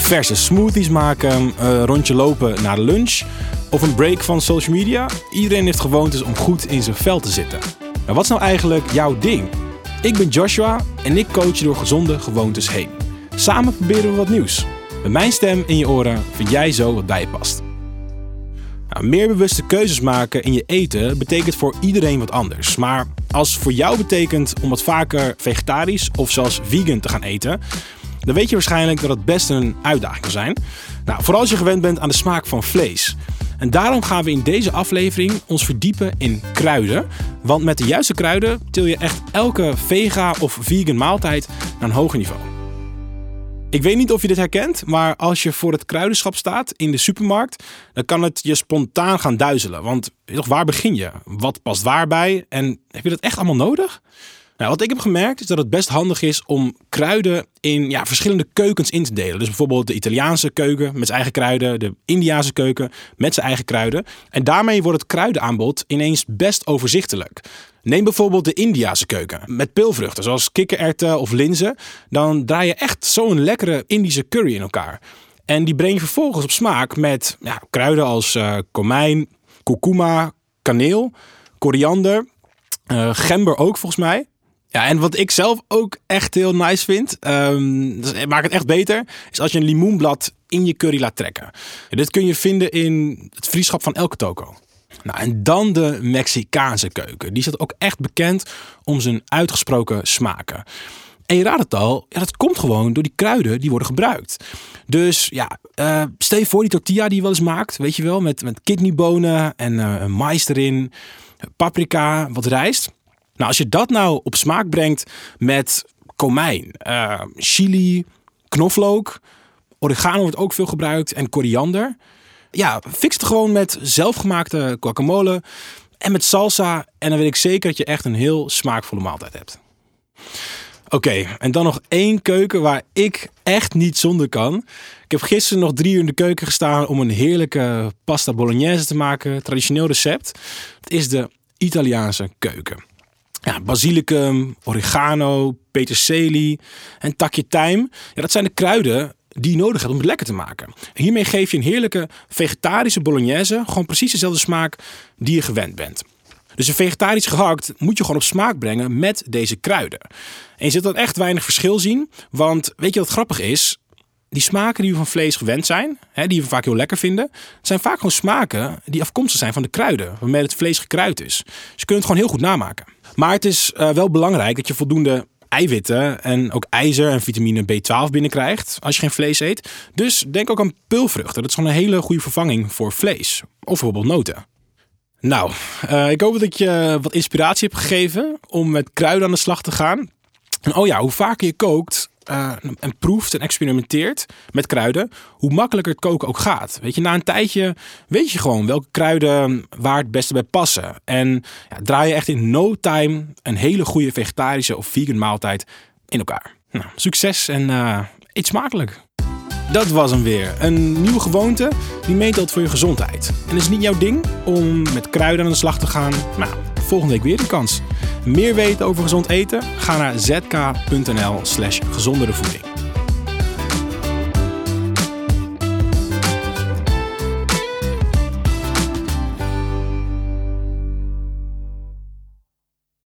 verse smoothies maken, een rondje lopen na de lunch of een break van social media. Iedereen heeft gewoontes om goed in zijn vel te zitten. Maar wat is nou eigenlijk jouw ding? Ik ben Joshua en ik coach je door gezonde gewoontes heen. Samen proberen we wat nieuws. Met mijn stem in je oren vind jij zo wat bij je past. Nou, meer bewuste keuzes maken in je eten betekent voor iedereen wat anders. Maar als het voor jou betekent om wat vaker vegetarisch of zelfs vegan te gaan eten, dan weet je waarschijnlijk dat het best een uitdaging kan zijn. Nou, vooral als je gewend bent aan de smaak van vlees. En daarom gaan we in deze aflevering ons verdiepen in kruiden. Want met de juiste kruiden til je echt elke vega of vegan maaltijd naar een hoger niveau. Ik weet niet of je dit herkent, maar als je voor het kruidenschap staat in de supermarkt, dan kan het je spontaan gaan duizelen. Want waar begin je? Wat past waarbij? En heb je dat echt allemaal nodig? Nou, wat ik heb gemerkt is dat het best handig is om kruiden in verschillende keukens in te delen. Dus bijvoorbeeld de Italiaanse keuken met zijn eigen kruiden, de Indiase keuken met zijn eigen kruiden. En daarmee wordt het kruidenaanbod ineens best overzichtelijk. Neem bijvoorbeeld de Indiase keuken met peulvruchten zoals kikkererwten of linzen. Dan draai je echt zo'n lekkere Indische curry in elkaar. En die breng je vervolgens op smaak met kruiden als komijn, kurkuma, kaneel, koriander, gember ook volgens mij. Ja, en wat ik zelf ook echt heel nice vind, maakt het echt beter, is als je een limoenblad in je curry laat trekken. Ja, dit kun je vinden in het vriendschap van elke toko. Nou, en dan de Mexicaanse keuken. Die staat ook echt bekend om zijn uitgesproken smaken. En je raadt het al, dat komt gewoon door die kruiden die worden gebruikt. Dus stel je voor die tortilla die je wel eens maakt, weet je wel, met kidneybonen en mais erin, paprika, wat rijst. Nou, als je dat nou op smaak brengt met komijn, chili, knoflook, oregano wordt ook veel gebruikt en koriander. Ja, fix het gewoon met zelfgemaakte guacamole en met salsa. En dan weet ik zeker dat je echt een heel smaakvolle maaltijd hebt. Oké, en dan nog één keuken waar ik echt niet zonder kan. Ik heb gisteren nog 3 uur in de keuken gestaan om een heerlijke pasta bolognese te maken. Traditioneel recept. Het is de Italiaanse keuken. Ja, basilicum, oregano, peterselie en takje tijm. Ja, dat zijn de kruiden die je nodig hebt om het lekker te maken. Hiermee geef je een heerlijke vegetarische bolognese gewoon precies dezelfde smaak die je gewend bent. Dus een vegetarisch gehakt moet je gewoon op smaak brengen met deze kruiden. En je zult dan echt weinig verschil zien, want weet je wat grappig is? Die smaken die we van vlees gewend zijn, die we vaak heel lekker vinden, zijn vaak gewoon smaken die afkomstig zijn van de kruiden, waarmee het vlees gekruid is. Dus je kunt het gewoon heel goed namaken. Maar het is wel belangrijk dat je voldoende eiwitten en ook ijzer en vitamine B12 binnenkrijgt als je geen vlees eet. Dus denk ook aan peulvruchten. Dat is gewoon een hele goede vervanging voor vlees. Of bijvoorbeeld noten. Nou, ik hoop dat ik je wat inspiratie heb gegeven om met kruiden aan de slag te gaan. En hoe vaker je kookt en proeft en experimenteert met kruiden, hoe makkelijker het koken ook gaat. Weet je, na een tijdje weet je gewoon welke kruiden waar het beste bij passen. En draai je echt in no time een hele goede vegetarische of vegan maaltijd in elkaar. Nou, succes en eet smakelijk. Dat was hem weer. Een nieuwe gewoonte die meetelt voor je gezondheid. En is het niet jouw ding om met kruiden aan de slag te gaan? Nou, volgende week weer de kans. Meer weten over gezond eten? Ga naar zk.nl/gezonderevoeding.